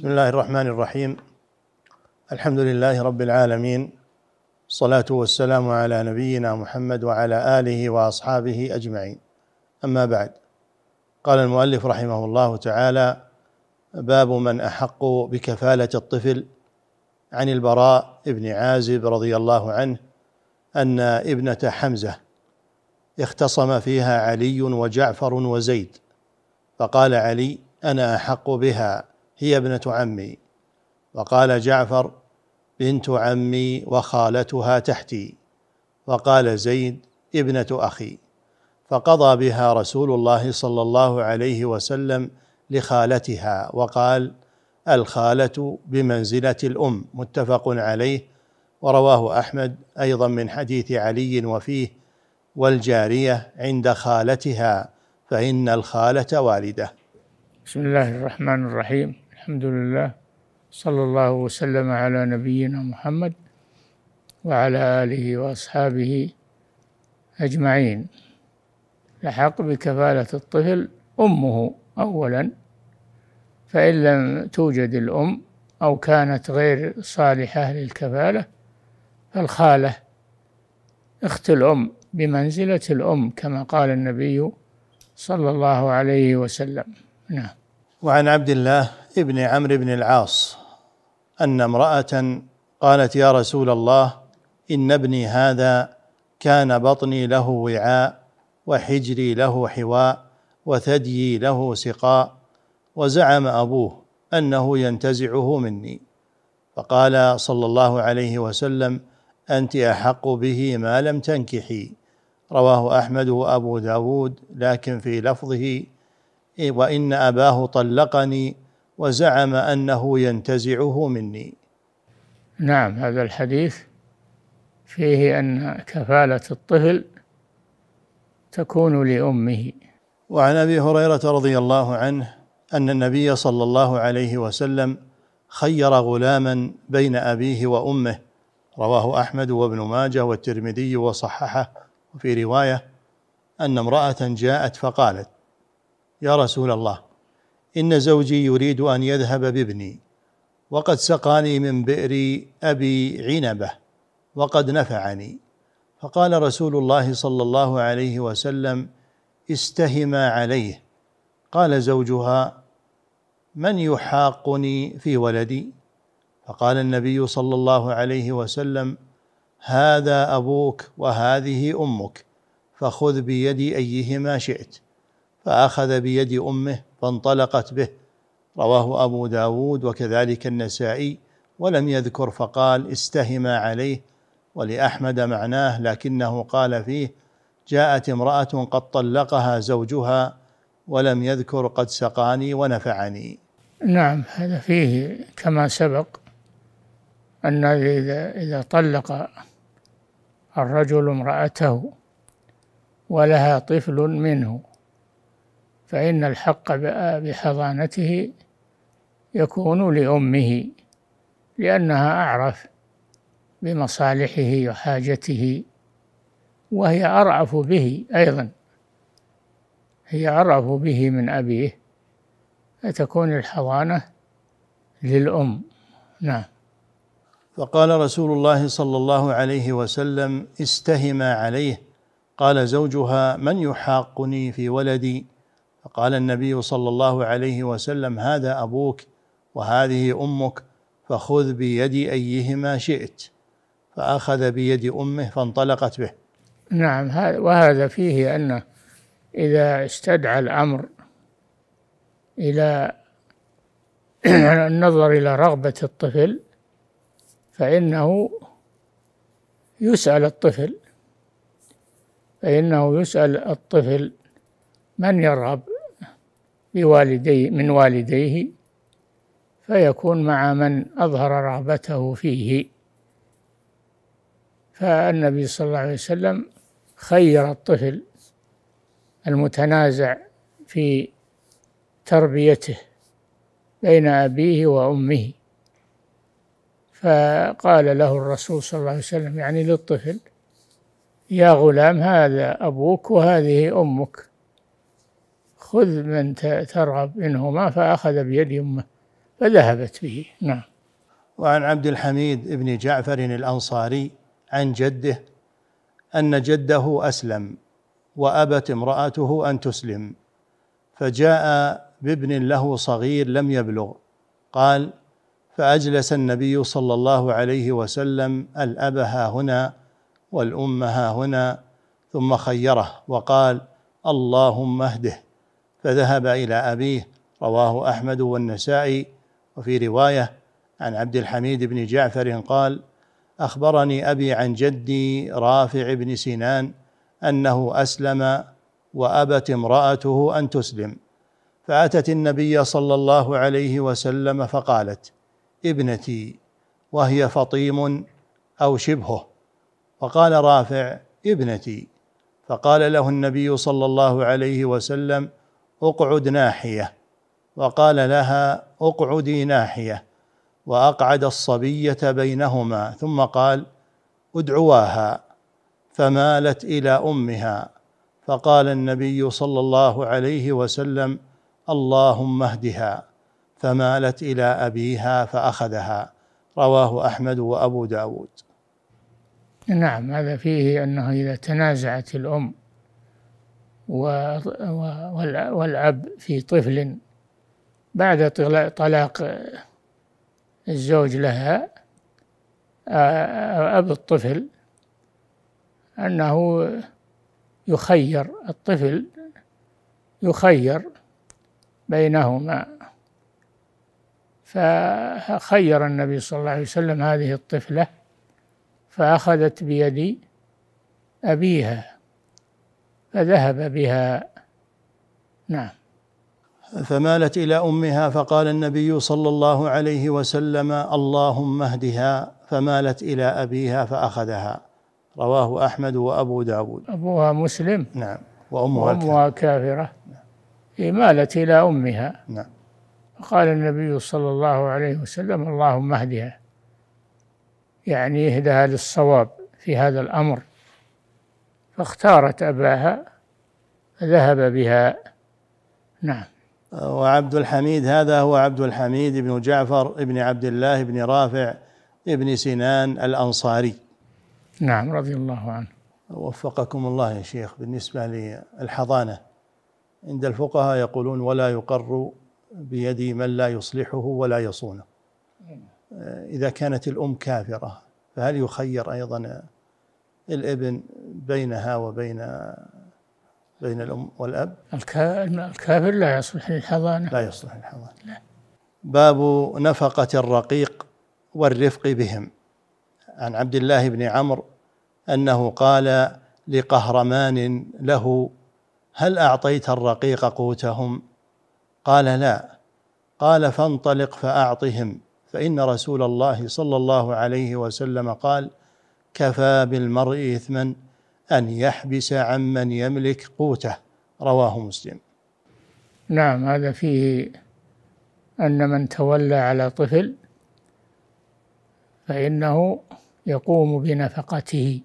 بسم الله الرحمن الرحيم. الحمد لله رب العالمين، الصلاة والسلام على نبينا محمد وعلى آله وأصحابه أجمعين، أما بعد. قال المؤلف رحمه الله تعالى: باب من أحق بكفالة الطفل. عن البراء بن عازب رضي الله عنه أن ابنة حمزة اختصم فيها علي وجعفر وزيد، فقال علي: أنا أحق بها، هي ابنة عمي. وقال جعفر: بنت عمي وخالتها تحتي. وقال زيد: ابنة أخي. فقضى بها رسول الله صلى الله عليه وسلم لخالتها، وقال: الخالة بمنزلة الأم. متفق عليه، ورواه أحمد أيضا من حديث علي وفيه: والجارية عند خالتها فإن الخالة والدة. بسم الله الرحمن الرحيم. الحمد لله، صلى الله وسلم على نبينا محمد وعلى آله وأصحابه أجمعين. الحق بكفالة الطفل أمه أولا، فإن لم توجد الأم أو كانت غير صالحة للكفالة فالخالة أخت الأم بمنزلة الأم، كما قال النبي صلى الله عليه وسلم. نعم. وعن عبد الله ابن عمرو بن العاص أن امرأة قالت: يا رسول الله، إن ابني هذا كان بطني له وعاء، وحجري له حواء، وثديي له سقاء، وزعم أبوه أنه ينتزعه مني. فقال صلى الله عليه وسلم: أنت أحق به ما لم تنكحي. رواه أحمد وأبو داود، لكن في لفظه: وإن أباه طلقني وزعم أنه ينتزعه مني. نعم، هذا الحديث فيه أن كفالة الطفل تكون لأمه. وعن أبي هريرة رضي الله عنه أن النبي صلى الله عليه وسلم خير غلاما بين أبيه وأمه. رواه أحمد وابن ماجه والترمذي وصححه. وفي رواية أن امرأة جاءت فقالت: يا رسول الله، إن زوجي يريد أن يذهب بابني، وقد سقاني من بئر أبي عنبة وقد نفعني. فقال رسول الله صلى الله عليه وسلم: استهما عليه. قال زوجها: من يحاقني في ولدي؟ فقال النبي صلى الله عليه وسلم: هذا أبوك وهذه أمك، فخذ بيد أيهما شئت. فأخذ بيد أمه فانطلقت به. رواه أبو داود وكذلك النسائي، ولم يذكر فقال: استهما عليه. ولأحمد معناه، لكنه قال فيه: جاءت امرأة قد طلقها زوجها، ولم يذكر قد سقاني ونفعني. نعم، هذا فيه كما سبق أن إذا طلق الرجل امرأته ولها طفل منه فإن الحق بحضانته يكون لأمه، لأنها أعرف بمصالحه وحاجته، وهي أرأف به أيضا، هي أرأف به من أبيه، فتكون الحضانة للأم. نعم. فقال رسول الله صلى الله عليه وسلم: استهما عليه. قال زوجها: من يحاقني في ولدي؟ فقال النبي صلى الله عليه وسلم: هذا أبوك وهذه أمك، فخذ بيد أيهما شئت. فأخذ بيد أمه فانطلقت به. نعم، وهذا فيه أن إذا استدعى الأمر إلى النظر إلى رغبة الطفل فإنه يسأل الطفل من يرغب من والديه، فيكون مع من أظهر رغبته فيه. فالنبي صلى الله عليه وسلم خير الطفل المتنازع في تربيته بين أبيه وأمه، فقال له الرسول صلى الله عليه وسلم يعني للطفل: يا غلام، هذا أبوك وهذه أمك، خذ من ترغب منهما. فأخذ بيد أمه فذهبت به. نعم. وعن عبد الحميد بن جعفر الأنصاري عن جده أن جده أسلم وأبت امرأته أن تسلم، فجاء بابن له صغير لم يبلغ. قال: فأجلس النبي صلى الله عليه وسلم الأب ها هنا والأم ها هنا، ثم خيره وقال: اللهم اهده، فذهب إلى أبيه. رواه أحمد والنسائي. وفي رواية عن عبد الحميد بن جعفر قال: أخبرني أبي عن جدي رافع بن سنان أنه أسلم وأبت امرأته أن تسلم، فأتت النبي صلى الله عليه وسلم فقالت: ابنتي، وهي فطيم أو شبهه. فقال رافع: ابنتي. فقال له النبي صلى الله عليه وسلم: اقعد ناحية. وقال لها: اقعدي ناحية. وأقعد الصبية بينهما، ثم قال: ادعواها. فمالت إلى أمها، فقال النبي صلى الله عليه وسلم: اللهم اهدها. فمالت إلى أبيها فأخذها. رواه أحمد وأبو داود. نعم، هذا فيه أنه إذا تنازعت الأم والأب في طفل بعد طلاق الزوج لها، أب الطفل، أنه يخير الطفل، يخير بينهما. فخير النبي صلى الله عليه وسلم هذه الطفلة، فأخذت بيد أبيها فذهب بها. نعم. فمالت إلى أمها، فقال النبي صلى الله عليه وسلم: اللهم اهدها. فمالت إلى أبيها فأخذها. رواه أحمد وأبو داود. أبوها مسلم. نعم. وأمها كافرة. نعم. مالت إلى أمها. نعم. فقال النبي صلى الله عليه وسلم: اللهم اهدها، يعني اهدها للصواب في هذا الأمر. فاختارت أباها فذهب بها. نعم. وعبد الحميد هذا هو عبد الحميد بن جعفر بن عبد الله بن رافع بن سنان الأنصاري. نعم، رضي الله عنه. وفقكم الله يا شيخ. بالنسبة للحضانة عند الفقهاء يقولون: ولا يقر بيد من لا يصلحه ولا يصونه. إذا كانت الأم كافرة فهل يخير أيضا الابن بينها وبين الأم والأب؟ الكافر لا يصلح للحضانة. لا يصلح للحضانة. لا. باب نفقة الرقيق والرفق بهم. عن عبد الله بن عمرو أنه قال لقهرمان له: هل أعطيت الرقيق قوتهم؟ قال: لا. قال: فانطلق فأعطهم، فإن رسول الله صلى الله عليه وسلم قال: كفى بالمرء إثما أن يحبس عمن يملك قوته. رواه مسلم. نعم، هذا فيه أن من تولى على طفل فإنه يقوم بنفقته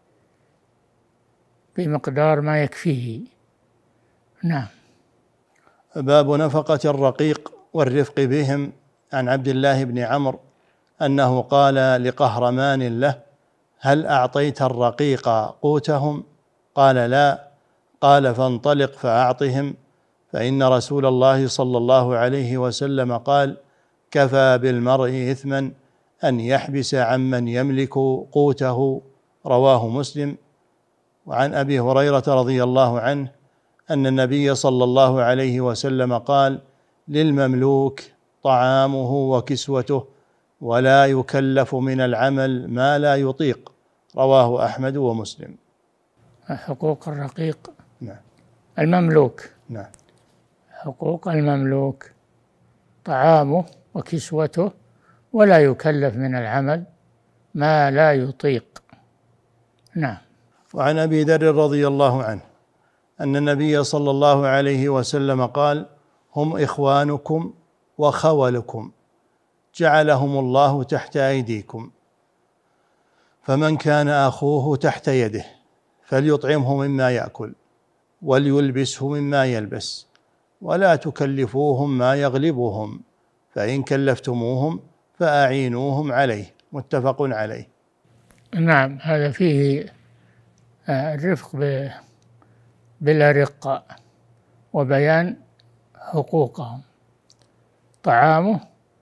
بمقدار ما يكفيه. نعم. باب نفقة الرقيق والرفق بهم. عن عبد الله بن عمرو أنه قال لقهرمان له: هل أعطيت الرقيق قوتهم؟ قال: لا. قال: فانطلق فأعطهم، فإن رسول الله صلى الله عليه وسلم قال: كفى بالمرء إثما أن يحبس عمن يملك قوته. رواه مسلم. وعن أبي هريرة رضي الله عنه أن النبي صلى الله عليه وسلم قال: للمملوك طعامه وكسوته، ولا يكلف من العمل ما لا يطيق. رواه أحمد ومسلم. حقوق الرقيق. نعم. المملوك. نعم. حقوق المملوك: طعامه وكسوته، ولا يكلف من العمل ما لا يطيق. نعم. وعن أبي ذر رضي الله عنه أن النبي صلى الله عليه وسلم قال: هم إخوانكم وخولكم، جعلهم الله تحت أيديكم، فمن كان أخوه تحت يده فليطعمه مما يأكل وليلبسه مما يلبس، ولا تكلفوهم ما يغلبهم، فإن كلفتموهم فأعينوهم عليه. متفق عليه. نعم، هذا فيه الرفق بالأرقاء وبيان حقوقهم، طعامه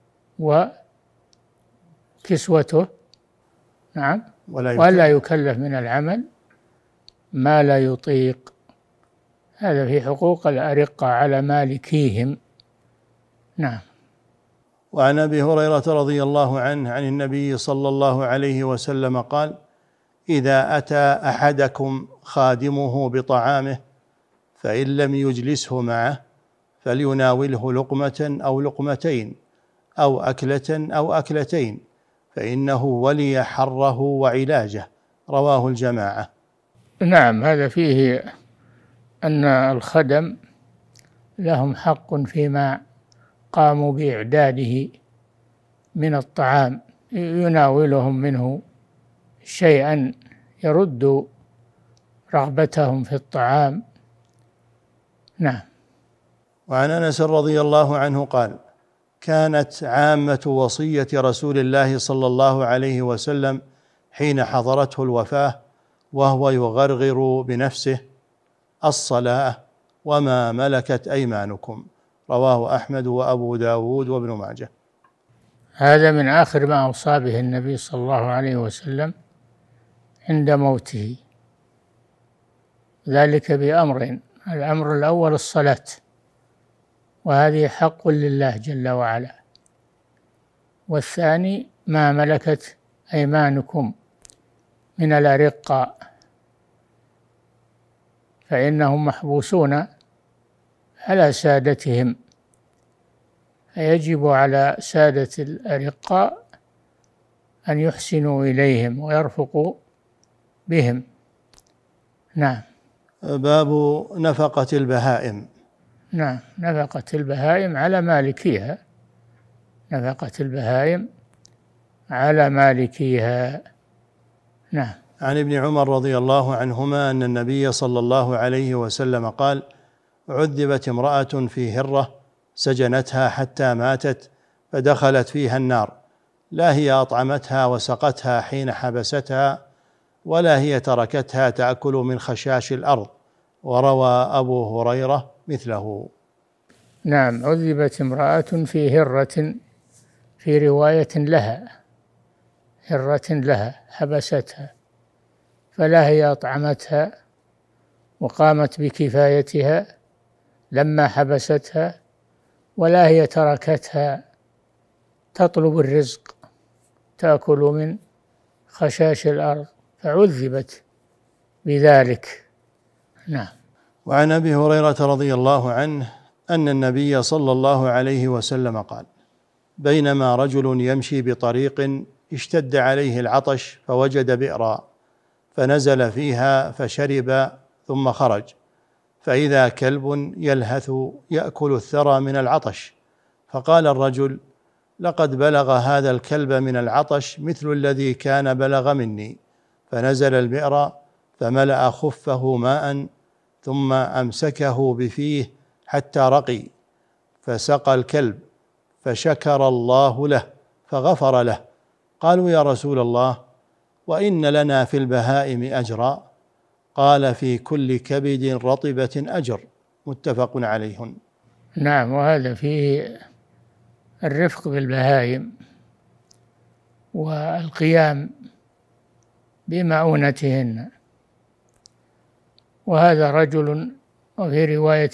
وكسوته، نعم، ولا يكلف من العمل ما لا يطيق. هذا في حقوق الأرقاء على مالكيهم. نعم. وعن أبي هريرة رضي الله عنه عن النبي صلى الله عليه وسلم قال: إذا أتى أحدكم خادمه بطعامه فإن لم يجلسه معه فليناوله لقمة أو لقمتين أو أكلة أو أكلتين، فإنه ولي حره وعلاجه. رواه الجماعة. نعم، هذا فيه أن الخدم لهم حق فيما قاموا بإعداده من الطعام، يناولهم منه شيئا يرد رغبتهم في الطعام. نعم. وعن أنس رضي الله عنه قال: كانت عامة وصية رسول الله صلى الله عليه وسلم حين حضرته الوفاة وهو يغرغر بنفسه: الصلاة وما ملكت أيمانكم. رواه أحمد وأبو داود وابن ماجه. هذا من آخر ما أوصى به النبي صلى الله عليه وسلم عند موته، ذلك بأمرين: الأمر الأول الصلاة، وهذه حق لله جل وعلا، والثاني ما ملكت أيمانكم من الأرقاء، فإنهم محبوسون على سادتهم، فيجب على سادة الأرقاء أن يحسنوا إليهم ويرفقوا بهم. نعم. باب نفقة البهائم. نعم، نفقة البهائم على مالكيها، نفقة البهائم على مالكيها. نعم. عن ابن عمر رضي الله عنهما أن النبي صلى الله عليه وسلم قال: عذبت امرأة في هرة سجنتها حتى ماتت فدخلت فيها النار، لا هي أطعمتها وسقتها حين حبستها، ولا هي تركتها تأكل من خشاش الأرض. وروى أبو هريرة مثله. نعم، عذبت امرأة في هرة، في رواية لها، هرة لها حبستها، فلا هي أطعمتها وقامت بكفايتها لما حبستها، ولا هي تركتها تطلب الرزق تأكل من خشاش الأرض، فعذبت بذلك. نعم. وعن أبي هريرة رضي الله عنه أن النبي صلى الله عليه وسلم قال: بينما رجل يمشي بطريق اشتد عليه العطش فوجد بئرا فنزل فيها فشرب ثم خرج، فإذا كلب يلهث يأكل الثرى من العطش، فقال الرجل: لقد بلغ هذا الكلب من العطش مثل الذي كان بلغ مني، فنزل البئر فملأ خفه ماء ثم أمسكه بفيه حتى رقي، فسقى الكلب فشكر الله له فغفر له. قالوا: يا رسول الله، وإن لنا في البهائم أجرا؟ قال: في كل كبد رطبة أجر. متفق عليه. نعم، وهذا فيه الرفق بالبهائم والقيام بمعونتهن. وهذا رجل، وفي رواية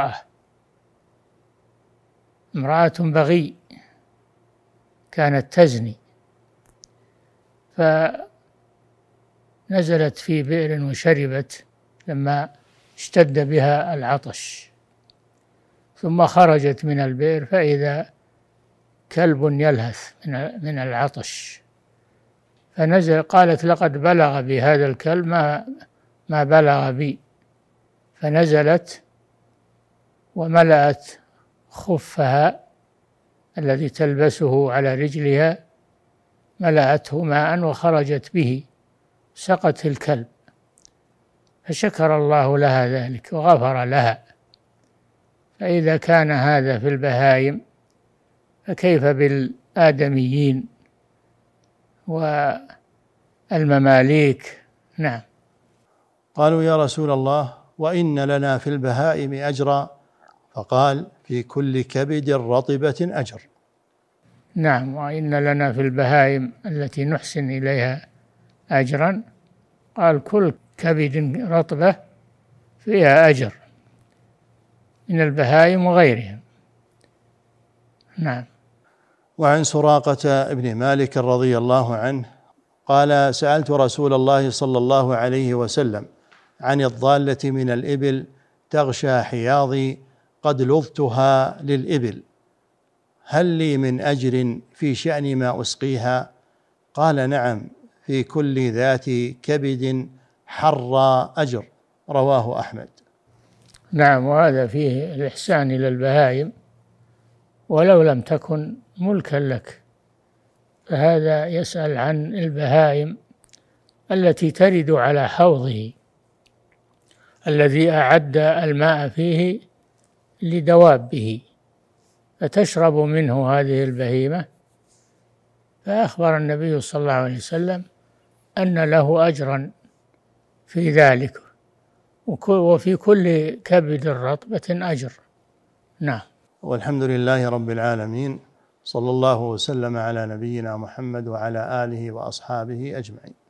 امرأة بغي كانت تزني، فنزلت في بئر وشربت لما اشتد بها العطش، ثم خرجت من البئر فإذا كلب يلهث من العطش، فنزل، قالت: لقد بلغ بي هذا الكلب ما بلغ بي، فنزلت وملأت خفها الذي تلبسه على رجلها، ملأته ماء وخرجت به، سقت الكلب، فشكر الله لها ذلك وغفر لها. فإذا كان هذا في البهائم فكيف بالآدميين والمماليك؟ نعم. قالوا يا رسول الله وإن لنا في البهائم أجرا، فقال في كل كبد رطبة أجر. نعم، وإن لنا في البهائم التي نحسن إليها أجرا، قال كل كبد رطبة فيها أجر من البهائم وغيرهم. نعم. وعن سراقة بن مالك رضي الله عنه قال سألت رسول الله صلى الله عليه وسلم عن الضالة من الإبل تغشى حياضي قد لظتها للإبل، هل لي من أجر في شأن ما أسقيها؟ قال نعم، في كل ذات كبد حرى أجر. رواه أحمد. نعم، وهذا فيه الإحسان إلى البهائم ولو لم تكن ملكا لك، فهذا يسأل عن البهائم التي ترد على حوضه الذي أعد الماء فيه لدوابه، فتشرب منه هذه البهيمة. فأخبر النبي صلى الله عليه وسلم أن له أجرا في ذلك، وفي كل كبد رطبة أجر. نعم. والحمد لله رب العالمين، صلى الله وسلم على نبينا محمد وعلى آله وأصحابه أجمعين.